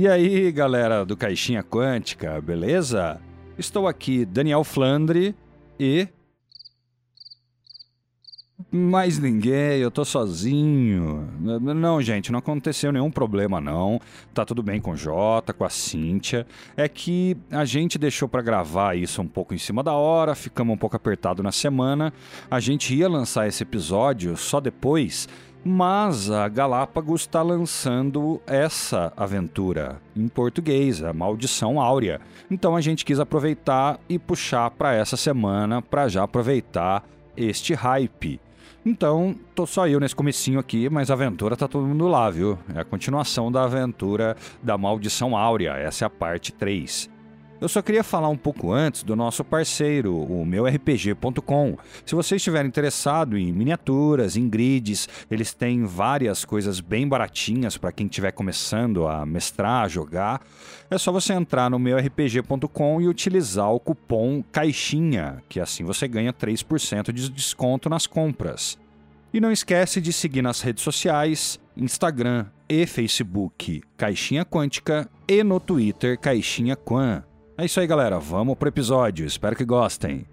E aí, galera do Caixinha Quântica, beleza? Estou aqui, Daniel Flandre e... Mais ninguém, eu tô sozinho. Não, gente, não aconteceu nenhum problema, não. Tá tudo bem com o Jota, com a Cíntia. É que a gente deixou pra gravar isso um pouco em cima da hora, ficamos um pouco apertado na semana. A gente ia lançar esse episódio só depois, mas a Galápagos tá lançando essa aventura em português, a Maldição Áurea. Então a gente quis aproveitar e puxar pra essa semana, pra já aproveitar este hype. Então, tô só eu nesse comecinho aqui, mas a aventura tá todo mundo lá, viu? É a continuação da aventura da Maldição Áurea, essa é a parte 3. Eu só queria falar um pouco antes do nosso parceiro, o meurpg.com. Se você estiver interessado em miniaturas, em grids, eles têm várias coisas bem baratinhas para quem estiver começando a mestrar, a jogar. É só você entrar no meurpg.com e utilizar o cupom CAIXINHA, que assim você ganha 3% de desconto nas compras. E não esquece de seguir nas redes sociais, Instagram e Facebook Caixinha Quântica e no Twitter Caixinha Quan. É isso aí, galera. Vamos pro episódio. Espero que gostem.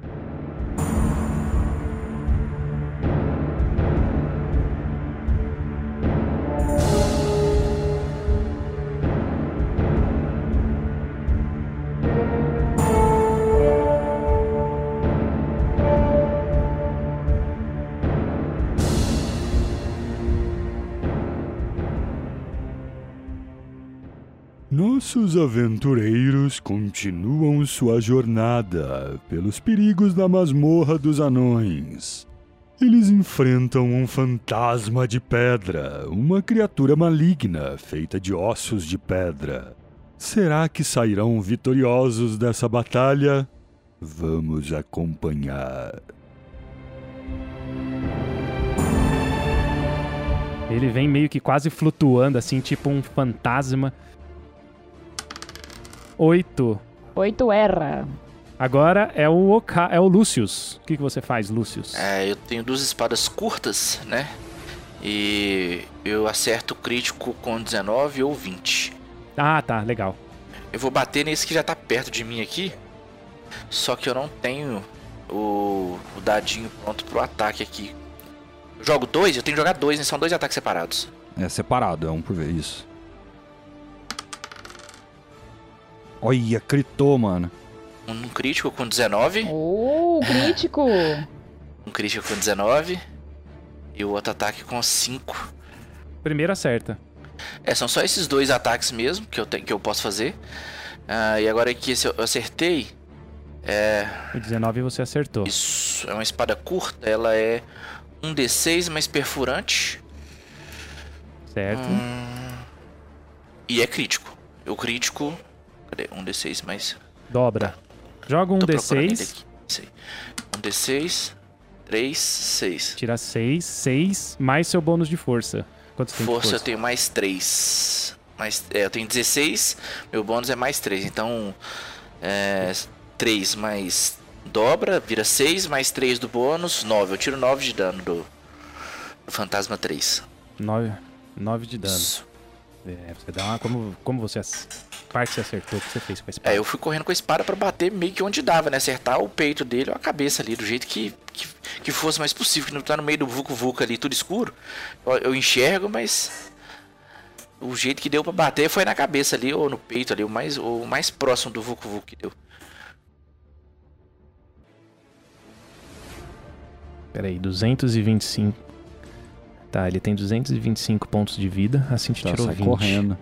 Nossos aventureiros continuam sua jornada pelos perigos da masmorra dos anões. Eles enfrentam um fantasma de pedra, uma criatura maligna feita de ossos de pedra. Será que sairão vitoriosos dessa batalha? Vamos acompanhar. Ele vem meio que quase flutuando, assim, tipo um fantasma. 8. 8 erra. Agora é o Lucius. O que você faz, Lucius? Eu tenho 2 espadas curtas, né? E eu acerto o crítico com 19 ou 20. Ah, tá, legal. Eu vou bater nesse que já tá perto de mim aqui. Só que eu não tenho o dadinho pronto pro ataque aqui. Eu jogo 2? Eu tenho que jogar 2, né? São 2 ataques separados. É separado, é um por vez, isso. Olha, critou, mano. Um crítico com 19. Crítico! Um crítico com 19. E o outro ataque com 5. Primeiro acerta. São só esses 2 ataques mesmo que eu posso fazer. E agora que esse eu acertei. O 19 você acertou. Isso, é uma espada curta. Ela é 1d6 mais perfurante. Certo. E é crítico. O crítico... Cadê? 1d6 mais... Dobra. Joga um D6. 1d6, 3, 6. Tira 6, 6, mais seu bônus de força. Quanto você tem de força? Eu tenho mais 3. Eu tenho 16, meu bônus é mais 3. Então, 3 mais dobra, vira 6, mais 3 do bônus, 9. Eu tiro 9 de dano do fantasma 3. 9 de dano. Isso. Você dá uma... Como você... parte você acertou, o que você fez com a espada? Eu fui correndo com a espada pra bater meio que onde dava, né? Acertar o peito dele ou a cabeça ali, do jeito que fosse mais possível, que não tá no meio do vucu-vucu ali, tudo escuro. Eu enxergo, mas o jeito que deu pra bater foi na cabeça ali, ou no peito ali, o mais próximo do vucu-vucu que deu. Peraí, 225. Tá, ele tem 225 pontos de vida, assim te tirou 20. Correndo.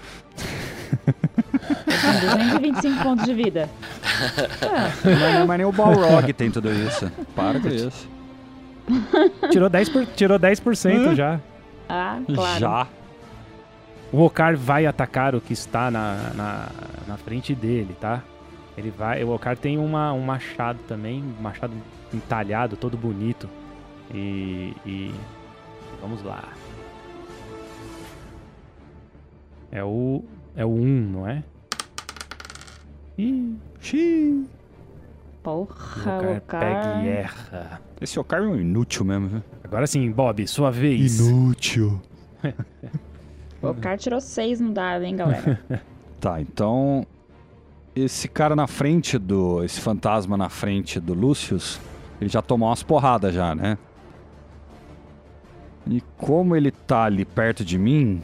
225 pontos de vida. Mas nem o Balrog tem tudo isso. Para com isso. Tirou 10% já. Ah, claro. Já. O Okar vai atacar o que está na frente dele, tá? O Okar tem um machado também, um machado entalhado, todo bonito. E vamos lá. É o 1, não é? Xiii. Porra, O o Okar pega e erra. Esse Okar é um inútil mesmo, viu? Agora sim, Bob, sua vez. Inútil. O cara tirou 6 no dado, hein, galera? Tá, então... Esse cara na frente do... Esse fantasma na frente do Lucius, ele já tomou umas porradas já, né? E como ele tá ali perto de mim...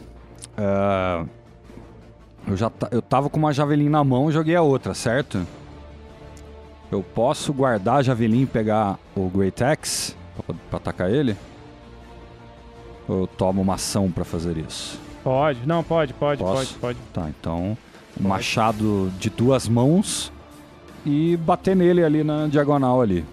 Eu tava com uma javelin na mão e joguei a outra, certo? Eu posso guardar a javelin e pegar o Great Axe pra atacar ele? Ou eu tomo uma ação pra fazer isso? Pode. Não, pode. Posso? Tá, então... Um machado de 2 mãos e bater nele ali na diagonal ali.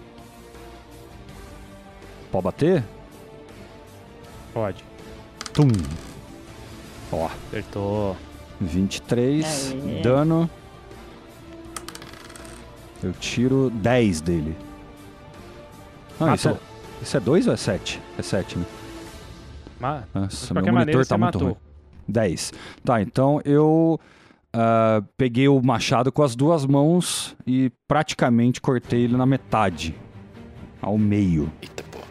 Pode bater? Pode. Tum. Ó, Acertou. 23, Aê. dano. Eu tiro 10 dele. Ah, Matou. isso é 2 ou é 7? É 7, né? Mas, Nossa, de meu qualquer monitor maneira, tá você muito matou. ruim. 10. Tá, então eu peguei o machado com as 2 mãos e praticamente cortei ele na metade. Ao meio. Eita, pô.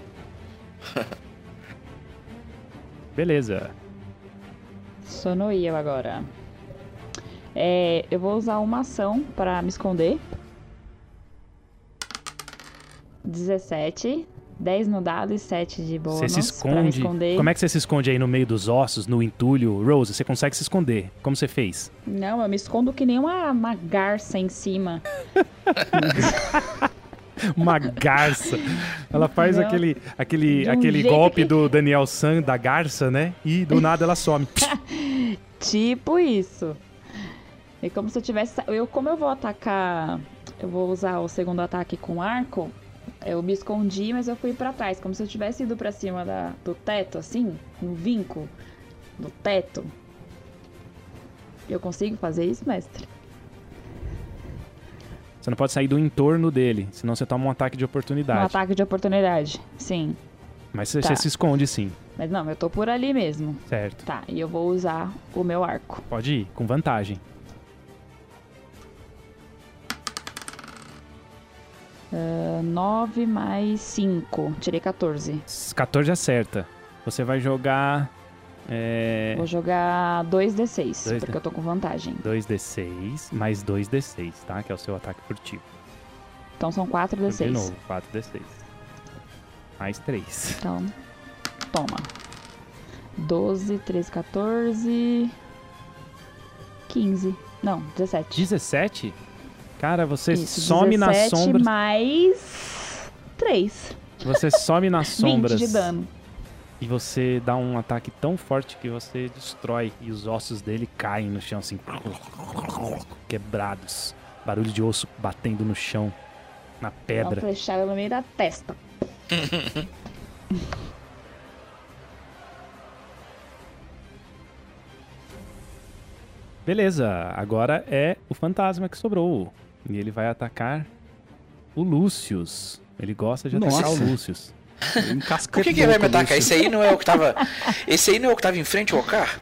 Beleza. Sonoi eu agora. Eu vou usar uma ação pra me esconder. 17. 10 no dado e 7 de bônus. Você se pra me esconde. esconder. Como é que você se esconde aí no meio dos ossos, no entulho? Rose, você consegue se esconder. Como você fez? Não, eu me escondo que nem uma garça em cima. Uma garça. Ela faz Não. aquele De um jeito golpe que- do Daniel San, da garça, né? E do nada ela some. Tipo isso. E como se eu tivesse... Como eu vou atacar... Eu vou usar o segundo ataque com arco. Eu me escondi, mas eu fui pra trás. Como se eu tivesse ido pra cima do teto, assim. No vinco do teto. Eu consigo fazer isso, mestre? Você não pode sair do entorno dele, senão você toma um ataque de Um oportunidade. ataque de oportunidade. Sim. Mas você, Tá. você se esconde sim, Mas não, eu tô por ali mesmo. certo. Tá, e eu vou usar o meu arco. Pode ir, com vantagem. 9 mais 5. Tirei 14. 14 acerta. Você vai jogar... Vou jogar 2d6, Dois porque eu tô com vantagem. 2d6 mais 2d6, tá? Que é o seu ataque furtivo. Então são 4d6. De novo, 4d6. Mais 3. Então, toma. 12, 13, 14... 15. Não, 17. 17? Cara, você Isso, some nas 17 sombras. mais 3. Você some nas 20 sombras. de dano. E você dá um ataque tão forte que você destrói. E os ossos dele caem no chão, assim. Quebrados. Barulho de osso batendo no chão. Na Uma pedra. flechada no meio da testa. Beleza, agora é o fantasma que sobrou. E ele vai atacar o Lucius. Ele gosta de atacar Nossa. o Lucius. Por que ele vai me atacar? Esse aí não é o que tava. Esse aí não é o que tava em frente ao Ocar?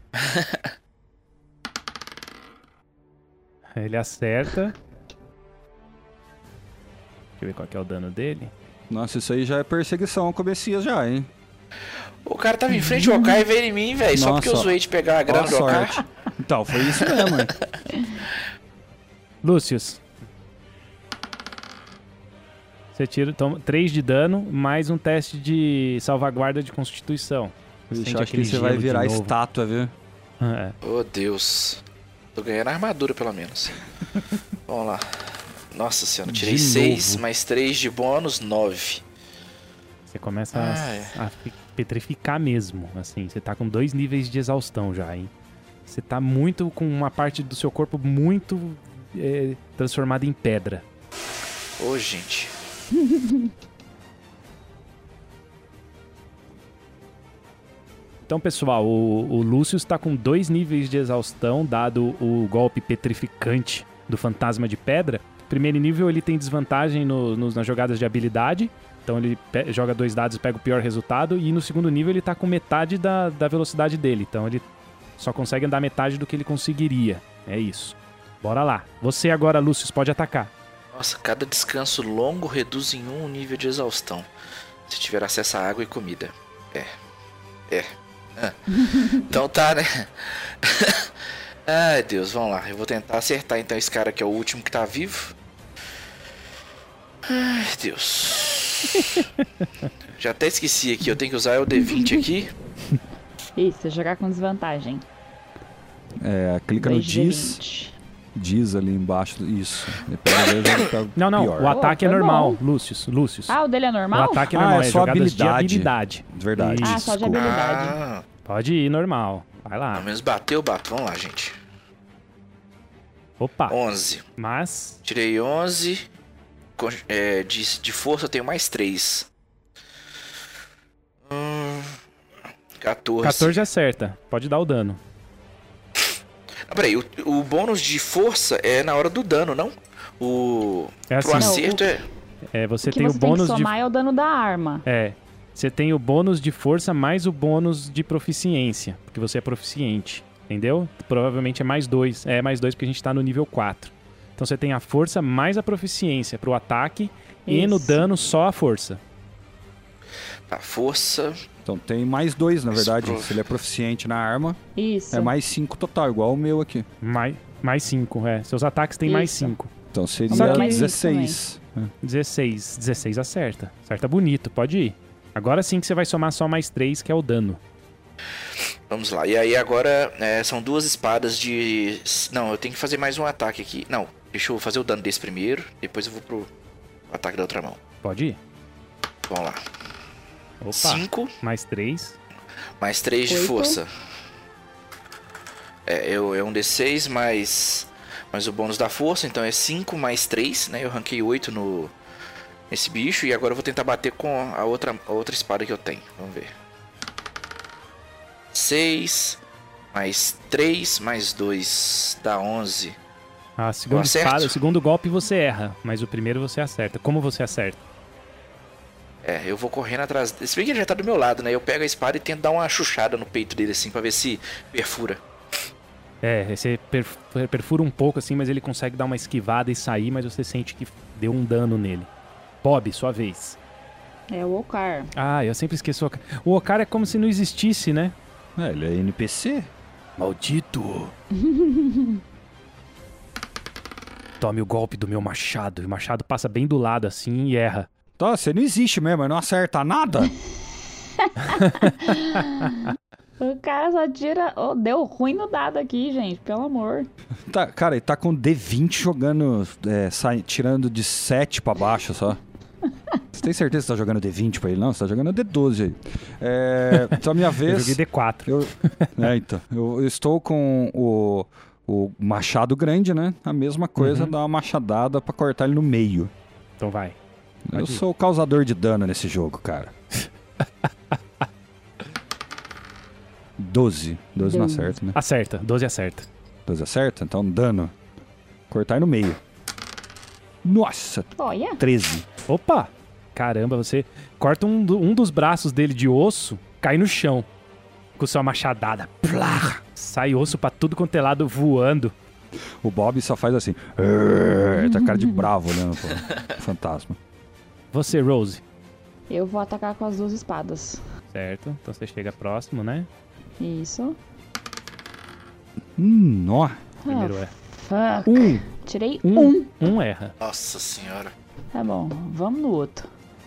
Ele acerta. Deixa eu ver qual que é o dano dele. Nossa, isso aí já é perseguição com o Messias já, hein? O cara tava em frente ao Ocar e veio em mim, velho. Só porque eu Nossa, zoei de pegar a grana do Boa Ocar. sorte. Então, foi isso mesmo, hein? Lucius. Você tira 3 de dano, mais um teste de salvaguarda de constituição. Vixe, Sente acho que aquele você vai gelo de virar novo. estátua, viu? É. Oh, Deus. Tô ganhando armadura, pelo menos. Vamos lá. Nossa senhora, tirei De 6, novo. mais 3 de bônus, 9. Você começa Ah, a petrificar mesmo, assim. Você tá com 2 níveis de exaustão já, hein? Você tá muito com uma parte do seu corpo muito transformada em pedra. Ô, gente. Então, pessoal, o Lucius tá com 2 níveis de exaustão, dado o golpe petrificante do fantasma de pedra. Primeiro nível, ele tem desvantagem nas jogadas de habilidade. Então, ele joga 2 dados e pega o pior resultado. E no segundo nível, ele tá com metade da velocidade dele. Então, ele só consegue andar metade do que ele conseguiria. É isso. Bora lá. Você agora, Lucius, pode atacar. Nossa, cada descanso longo reduz em 1 nível de exaustão. Se tiver acesso a água e comida. Então tá, né? Ai, Deus, vamos lá. Eu vou tentar acertar então esse cara que é o último que tá vivo. Ai, Deus. Já até esqueci aqui, eu tenho que usar o D20 aqui. Isso, jogar com desvantagem. Clica no 2d20. diz ali embaixo. Isso. Não, pior. o ataque é foi normal, bom. Lúcius. Ah, o dele é O normal? ataque é normal, é só jogadas de habilidade. habilidade. Verdade. Ah, só de desculpa. habilidade. Ah, Pode ir, normal. Vai lá. pelo menos bateu, eu bato. Vamos lá, gente. Opa, 11. mas... Tirei 11. De força eu tenho mais 3. 14. 14 acerta, pode dar o dano. Ah, peraí, o bônus de força é na hora do dano, não? É Pro assim, acerto você O que tem o você tem que bônus de... somar é o dano da arma. Você tem o bônus de força mais o bônus de proficiência, porque você é proficiente, entendeu? Provavelmente é mais 2. É mais 2 porque a gente tá no nível 4. Então você tem a força mais a proficiência pro ataque e no Isso. dano só a força. Tá, força. Então tem mais 2, na verdade. Isso. Se ele é proficiente na arma, Isso. é mais 5 total, igual o meu aqui. Mais 5, Seus ataques têm mais Isso. 5. Então seria Só que- 16. 16 acerta. Acerta bonito, pode ir. Agora sim que você vai somar só mais 3, que é o dano. Vamos lá. E aí agora são 2 espadas de... Não, eu tenho que fazer mais um ataque aqui. Não, deixa eu fazer o dano desse primeiro. Depois eu vou pro ataque da outra mão. Pode ir. Vamos lá. Opa, 5 mais 3. mais 3 de 8. força. É um D6 mais o bônus da força. Então é 5 mais 3, né? Eu ranquei 8 nesse bicho. E agora eu vou tentar bater com a outra espada que eu tenho. Vamos ver. 6 mais 3 mais 2 dá 11. A segunda Eu acerto? espada, o segundo golpe você erra, mas o primeiro você acerta. Como você acerta? Eu vou correndo atrás. Se bem que ele já tá do meu lado, né? Eu pego a espada e tento dar uma chuchada no peito dele assim pra ver se perfura. Você perfura um pouco assim, mas ele consegue dar uma esquivada e sair, mas você sente que deu um dano nele. Bob, sua vez. É o Okar. Ah, eu sempre esqueço o Okar. O Okar é como se não existisse, né? Ele é NPC. Maldito! Tome o golpe do meu machado. E o machado passa bem do lado assim e erra. Tá, você não existe mesmo, não acerta nada. O cara só tira... Oh, deu ruim no dado aqui, gente. Pelo amor. Tá, cara, ele tá com D20 jogando, tirando de 7 pra baixo só. Você tem certeza que você tá jogando D20 pra ele? Não, você tá jogando D12 aí. Então, minha Eu vez... joguei D4. Então, eu estou com o machado grande, né? A mesma coisa, dar uma machadada pra cortar ele no meio. Então vai. Eu Pode ir. sou o causador de dano nesse jogo, cara. 12. 12 não acerta, né? Acerta. 12 acerta. 12 acerta? Então, dano. Cortar no meio. Nossa, Olha. 13. Opa! Caramba, você corta um dos braços dele de osso, cai no chão. Com sua machadada. Plá! Sai osso pra tudo quanto é lado voando. O Bob só faz assim. Tá cara de bravo olhando pro fantasma. Você, Rose. Eu vou atacar com as 2 espadas. Certo. Então você chega próximo, né? Isso. Ó. Primeiro é. Fuck. Tirei 1. Um erra. Nossa senhora. Tá bom, vamos no outro.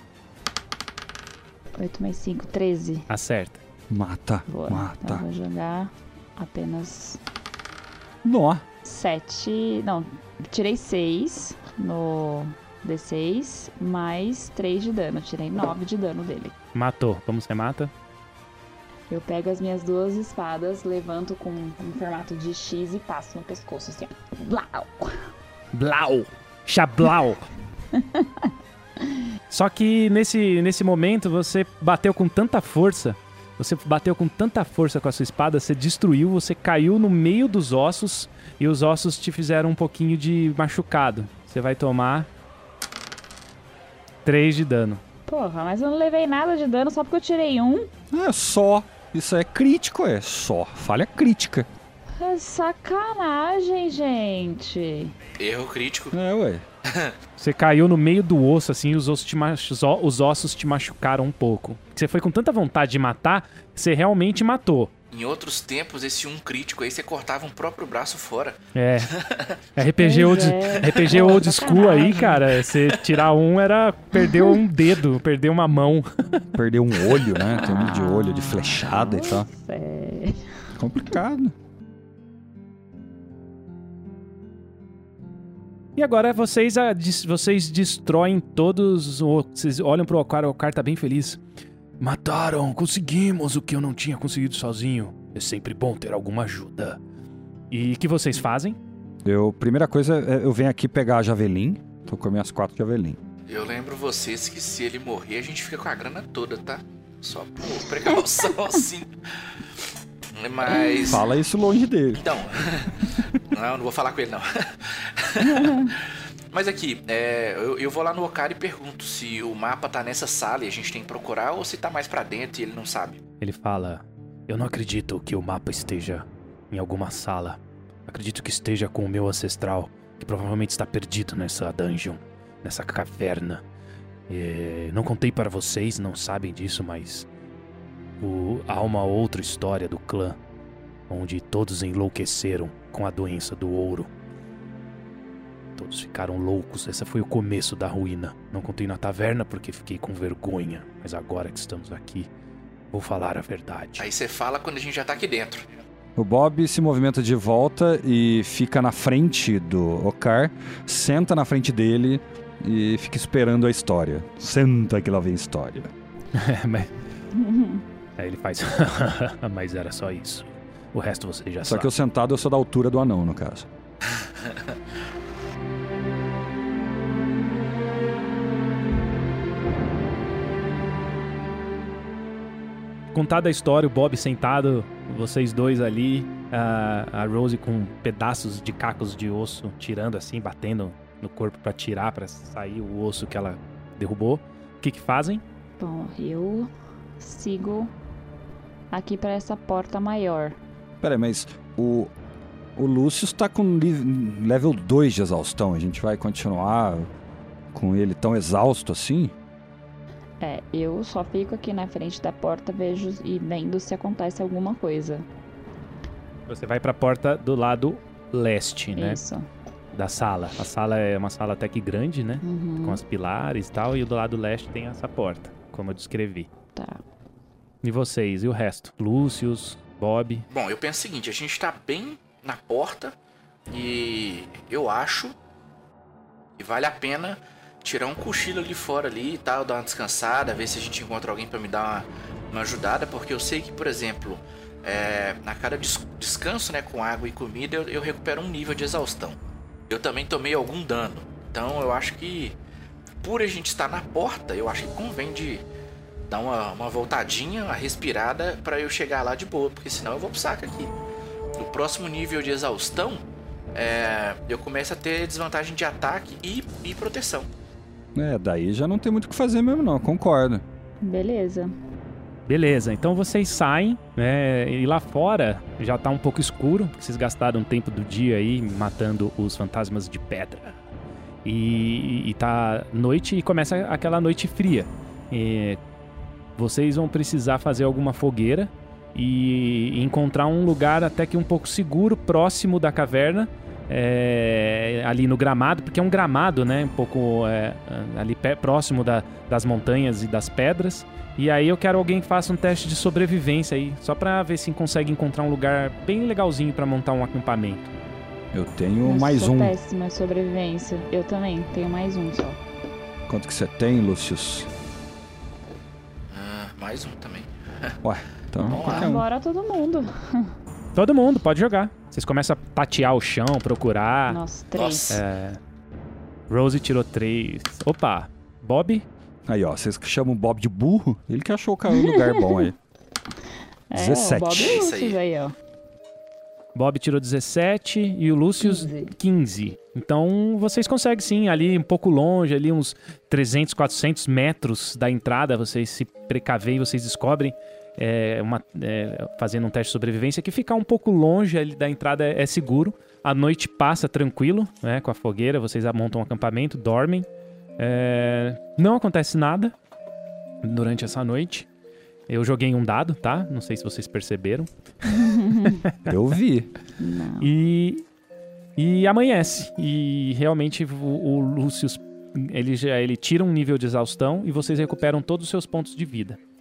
8 mais 5, 13. Acerta. Mata, Boa. mata. Eu vou jogar apenas Nó. 7. Não, tirei 6 no D6, mais 3 de dano. Tirei 9 de dano dele. Matou. Como você mata? Eu pego as minhas 2 espadas, levanto com um formato de X e passo no pescoço, assim, ó. Blau! Blau! Chablau! Só que nesse momento você bateu com tanta força. Você bateu com tanta força com a sua espada, você destruiu, você caiu no meio dos ossos e os ossos te fizeram um pouquinho de machucado. Você vai tomar 3 de dano. Porra, mas eu não levei nada de dano só porque eu tirei 1. É só. Isso é crítico, é só. Falha crítica. É sacanagem, gente. Erro crítico. É, ué. Você caiu no meio do osso, assim, e os ossos te machucaram um pouco. Você foi com tanta vontade de matar, você realmente matou. Em outros tempos, esse um crítico aí, você cortava um próprio braço fora. É. RPG old school aí, cara, você tirar um era perder um dedo, perder uma mão. Perder um olho, né? Tem um de olho, de flechada e tal. É. Complicado. E agora vocês destroem todos. Vocês olham pro Okar, o Okar tá bem feliz. Mataram, conseguimos o que eu não tinha conseguido sozinho. É sempre bom ter alguma ajuda. E o que vocês fazem? Primeira coisa, eu venho aqui pegar a javelin. Tô com minhas 4 javelin. Eu lembro vocês que se ele morrer, a gente fica com a grana toda, tá? Só por precaução, assim. Mas... Fala isso longe dele. Então... não vou falar com ele, não. Mas aqui, eu vou lá no Okar e pergunto se o mapa tá nessa sala e a gente tem que procurar ou se tá mais pra dentro e ele não sabe. Ele fala: eu não acredito que o mapa esteja em alguma sala. Acredito que esteja com o meu ancestral, que provavelmente está perdido nessa dungeon, nessa caverna. Não contei para vocês, não sabem disso, mas há uma outra história do clã, onde todos enlouqueceram com a doença do ouro. Todos ficaram loucos. Esse foi o começo da ruína. Não contei na taverna porque fiquei com vergonha. Mas agora que estamos aqui, vou falar a verdade. Aí você fala quando a gente já tá aqui dentro. O Bob se movimenta de volta e fica na frente do Okar, senta na frente dele e fica esperando a história. Senta que lá vem a história. Aí ele faz... Mas era só isso. O resto você já sabe. Só que eu sentado eu sou da altura do anão, no caso. Contada a história, o Bob sentado, vocês dois ali, a Rose com pedaços de cacos de osso, tirando assim, batendo no corpo pra tirar, pra sair o osso que ela derrubou. O que fazem? Bom, eu sigo aqui pra essa porta maior. Pera aí, mas o Lucius tá com level 2 de exaustão. A gente vai continuar com ele tão exausto assim? Eu só fico aqui na frente da porta, vejo e vendo se acontece alguma coisa. Você vai pra porta do lado leste, né? Isso. Da sala. A sala é uma sala até que grande, né? Uhum. Com as pilares e tal, e do lado leste tem essa porta, como eu descrevi. Tá. E vocês? E o resto? Lucius, Bob? Bom, eu penso o seguinte, a gente tá bem na porta e eu acho que vale a pena tirar um cochilo ali fora ali e tal, dar uma descansada, ver se a gente encontra alguém pra me dar uma ajudada, porque eu sei que, por exemplo, na cada descanso, né, com água e comida, eu recupero um nível de exaustão. Eu também tomei algum dano, então eu acho que, por a gente estar na porta, eu acho que convém de dar uma voltadinha, uma respirada pra eu chegar lá de boa, porque senão eu vou pro saco aqui. No próximo nível de exaustão, eu começo a ter desvantagem de ataque e proteção. Daí já não tem muito o que fazer mesmo não, concordo. Beleza. Beleza, então vocês saem, né, e lá fora já tá um pouco escuro, porque vocês gastaram um tempo do dia aí matando os fantasmas de pedra. E tá noite e começa aquela noite fria. Vocês vão precisar fazer alguma fogueira e encontrar um lugar até que um pouco seguro, próximo da caverna, ali no gramado, porque é um gramado, né, um pouco ali próximo das montanhas e das pedras. E aí eu quero alguém que faça um teste de sobrevivência aí, só pra ver se consegue encontrar um lugar bem legalzinho pra montar um acampamento. Eu tenho mais sou um. péssima sobrevivência. Eu também tenho mais um só. Quanto que você tem, Lucius? Mais um também. Ué, então qualquer um. Bora todo mundo. Todo mundo, pode jogar. Vocês começam a tatear o chão, procurar. Nossa, 3. Rose tirou 3. Opa, Bob? Aí, ó, vocês que chamam o Bob de burro, ele que achou o lugar bom aí. 17. O Bob e o Lucius aí, ó. Bob tirou 17 e o Lucius 15. Então vocês conseguem sim, ali um pouco longe, ali uns 300, 400 metros da entrada, vocês se precaveem, vocês descobrem fazendo um teste de sobrevivência, que ficar um pouco longe ali da entrada é seguro. A noite passa tranquilo, né, com a fogueira, vocês montam um acampamento, dormem. Não acontece nada durante essa noite. Eu joguei um dado, tá? Não sei se vocês perceberam. Eu vi. Não. E amanhece. E realmente o Lucius, ele tira um nível de exaustão e vocês recuperam todos os seus pontos de vida.